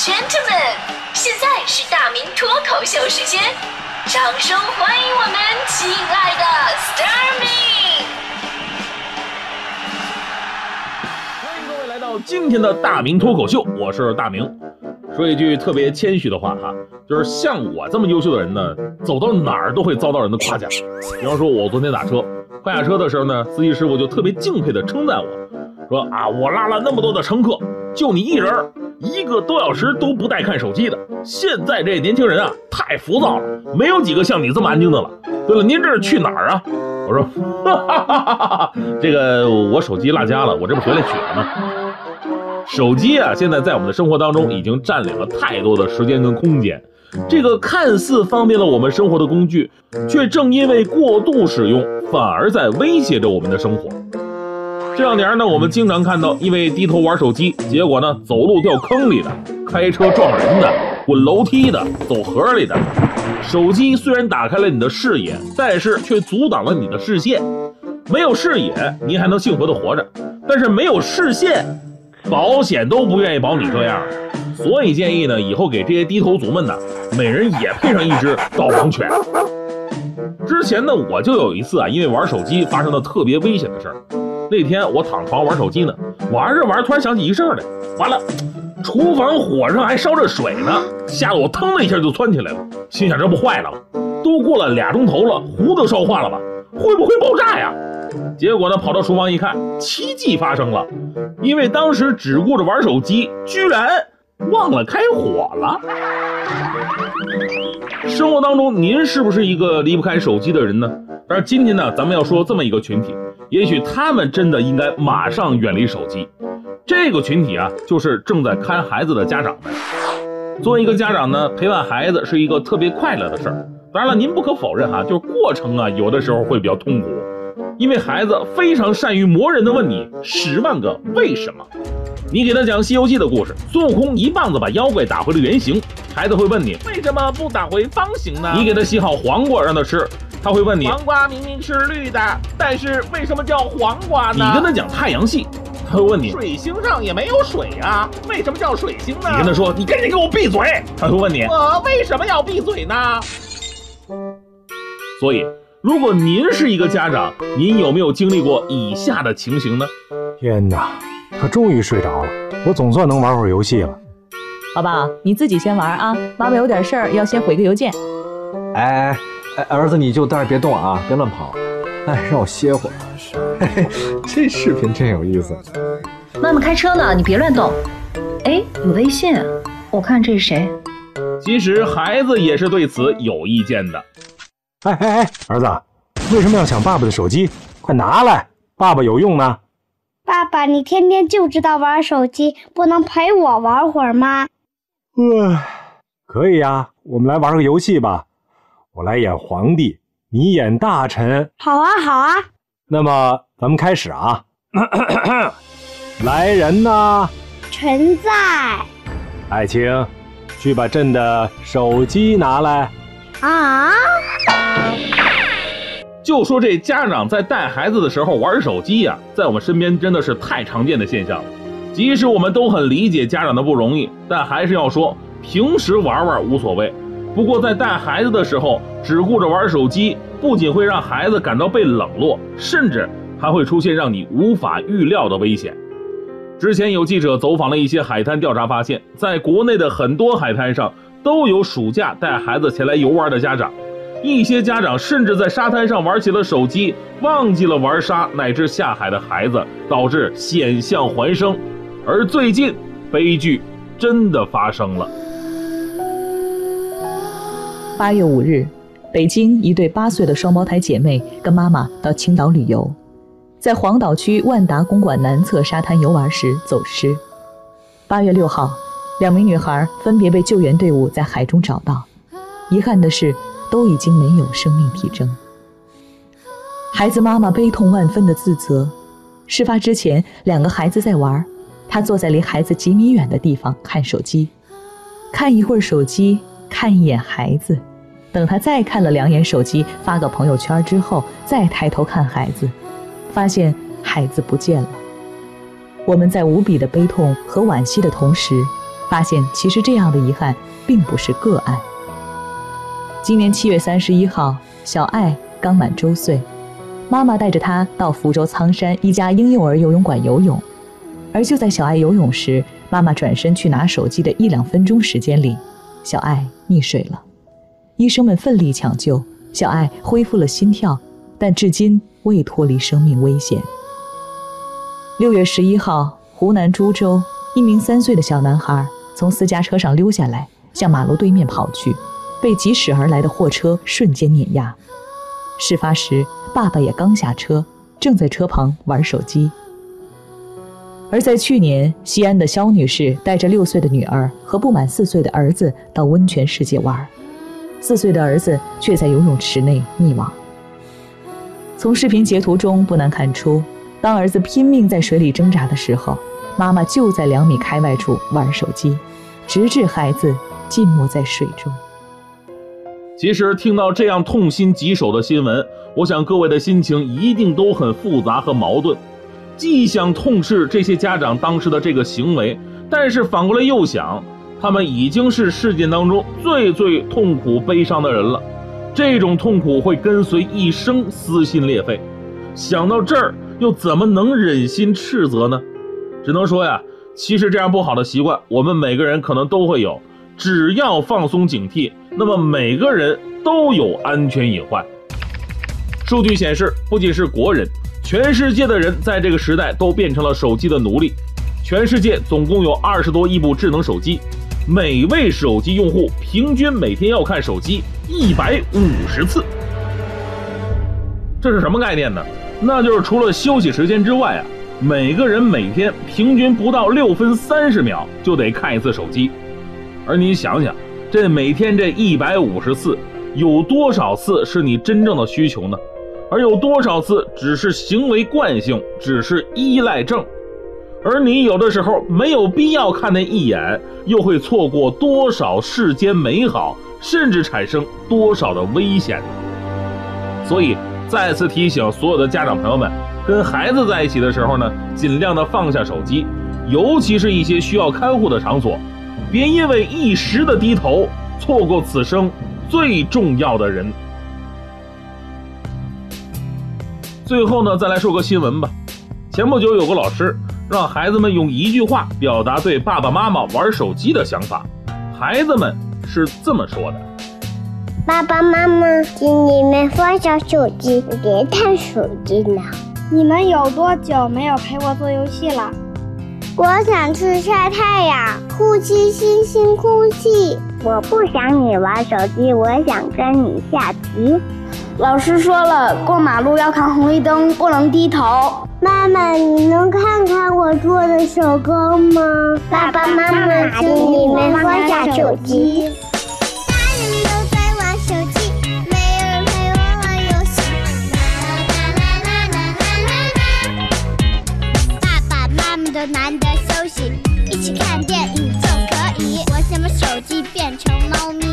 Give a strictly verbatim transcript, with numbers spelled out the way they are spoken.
gentlemen， 现在是大明脱口秀时间，掌声欢迎我们亲爱的 Starmin。 欢迎各位来到今天的大明脱口秀，我是大明。说一句特别谦虚的话哈，就是像我这么优秀的人呢，走到哪儿都会遭到人的夸奖。比方说，我昨天打车，快下车的时候呢，司机师傅就特别敬佩的称赞我，说啊，我拉了那么多的乘客，就你一人一个多小时都不带看手机的。现在这年轻人啊，太浮躁了，没有几个像你这么安静的了。对了，您这是去哪儿啊？我说，哈哈哈哈哈，这个我手机落家了，我这不回来取了吗？手机啊，现在在我们的生活当中已经占领了太多的时间跟空间。这个看似方便了我们生活的工具，却正因为过度使用，反而在威胁着我们的生活。这两年呢，我们经常看到因为低头玩手机，结果呢走路掉坑里的，开车撞人的，滚楼梯的，走河里的。手机虽然打开了你的视野，但是却阻挡了你的视线。没有视野，你还能幸福的活着，但是没有视线，保险都不愿意保你这样。所以建议呢，以后给这些低头族们呢，每人也配上一只导盲犬。之前呢，我就有一次啊，因为玩手机发生了特别危险的事儿。那天我躺床玩手机呢，玩着玩着突然想起一事儿来，完了，厨房火上还烧着水呢，吓得我腾的一下就窜起来了，心想这不坏了吗？都过了俩钟头了，壶都烧化了吧？会不会爆炸呀？结果呢，跑到厨房一看，奇迹发生了，因为当时只顾着玩手机，居然忘了开火了。生活当中，您是不是一个离不开手机的人呢？但是今天呢，咱们要说这么一个群体，也许他们真的应该马上远离手机。这个群体啊，就是正在看孩子的家长们。作为一个家长呢，陪伴孩子是一个特别快乐的事儿。当然了，您不可否认哈，就是过程啊，有的时候会比较痛苦，因为孩子非常善于磨人的问你十万个为什么。你给他讲《西游记》的故事，孙悟空一棒子把妖怪打回了原形，孩子会问你为什么不打回方形呢？你给他洗好黄瓜让他吃，他会问你黄瓜明明是绿的，但是为什么叫黄瓜呢？你跟他讲太阳系，他会问你水星上也没有水啊，为什么叫水星呢？你跟他说你赶紧给我闭嘴，他会问你我为什么要闭嘴呢？所以如果您是一个家长，您有没有经历过以下的情形呢？ 天哪，他终于睡着了，我总算能玩会儿游戏了。 宝宝，你自己先玩啊，妈妈有点事儿要先回个邮件。 哎哎，儿子你就在这别动啊，别乱跑，哎，让我歇会儿。嘿嘿，这视频真有意思。 妈妈开车呢，你别乱动。哎，有微信，我看这是谁？ 其实孩子也是对此有意见的。 哎哎哎，儿子，为什么要抢爸爸的手机？快拿来，爸爸有用呢。 爸爸，你天天就知道玩手机，不能陪我玩会儿吗？ 呃，可以呀，我们来玩个游戏吧。我来演皇帝，你演大臣。 好啊，好啊。 那么咱们开始啊。来人呐！ 臣在。 爱卿，去把朕的手机拿来。 啊！ 就说这家长在带孩子的时候玩手机呀、啊，在我们身边真的是太常见的现象了。即使我们都很理解家长的不容易，但还是要说，平时玩玩无所谓。不过在带孩子的时候，只顾着玩手机，不仅会让孩子感到被冷落，甚至还会出现让你无法预料的危险。之前有记者走访了一些海滩，调查发现，在国内的很多海滩上都有暑假带孩子前来游玩的家长。一些家长甚至在沙滩上玩起了手机，忘记了玩沙乃至下海的孩子，导致险象环生。而最近悲剧真的发生了。 八月五日，北京一对八岁的双胞胎姐妹跟妈妈到青岛旅游，在黄岛区万达公馆南侧沙滩游玩时走失。八月六号，两名女孩分别被救援队伍在海中找到，遗憾的是都已经没有生命体征。孩子妈妈悲痛万分的自责，事发之前两个孩子在玩，她坐在离孩子几米远的地方看手机，看一会儿手机，看一眼孩子，等她再看了两眼手机，发个朋友圈之后，再抬头看孩子，发现孩子不见了。我们在无比的悲痛和惋惜的同时， 发现其实这样的遗憾并不是个案。今年七月三十一号，小爱刚满周岁，妈妈带着她到福州苍山一家婴幼儿游泳馆游泳，而就在小爱游泳时，妈妈转身去拿手机的一两分钟时间里，小爱溺水了。医生们奋力抢救，小爱恢复了心跳，但至今未脱离生命危险。六月十一号，湖南株洲，一名三岁的小男孩从私家车上溜下来，向马路对面跑去，被疾驶而来的货车瞬间碾压。事发时，爸爸也刚下车，正在车旁玩手机。而在去年，西安的肖女士带着六岁的女儿和不满四岁的儿子到温泉世界玩，四岁的儿子却在游泳池内溺亡。从视频截图中不难看出，当儿子拼命在水里挣扎的时候，妈妈就在两米开外处玩手机，直至孩子浸没在水中。 其实听到这样痛心疾首的新闻，我想各位的心情一定都很复杂和矛盾，既想痛斥这些家长当时的这个行为，但是反过来又想，他们已经是事件当中最最痛苦悲伤的人了，这种痛苦会跟随一生，撕心裂肺。想到这儿，又怎么能忍心斥责呢？只能说呀，其实这样不好的习惯，我们每个人可能都会有，只要放松警惕，那么每个人都有安全隐患。数据显示，不仅是国人，全世界的人在这个时代都变成了手机的奴隶。全世界总共有二十多亿部智能手机，每位手机用户平均每天要看手机一百五十次。这是什么概念呢？那就是除了休息时间之外啊，每个人每天平均不到六分三十秒就得看一次手机。而你想想，这每天这一百五十次，有多少次是你真正的需求呢？而有多少次只是行为惯性，只是依赖症？而你有的时候没有必要看那一眼，又会错过多少世间美好，甚至产生多少的危险呢？所以再次提醒所有的家长朋友们，跟孩子在一起的时候呢，尽量的放下手机，尤其是一些需要看护的场所，别因为一时的低头，错过此生最重要的人。最后呢，再来说个新闻吧。前不久有个老师让孩子们用一句话表达对爸爸妈妈玩手机的想法，孩子们是这么说的： 爸爸妈妈，请你们放下手机，别看手机了。你们有多久没有陪我做游戏了？我想去晒太阳，呼吸新鲜空气。我不想你玩手机，我想跟你下棋。老师说了，过马路要看红绿灯，不能低头。妈妈，你能看看我做的手工吗？爸爸妈妈，请你们放下手机。大人都在玩手机，没有人陪我玩游戏。爸爸妈妈都难得休息，一起看电影就可以。我想把手机变成猫咪。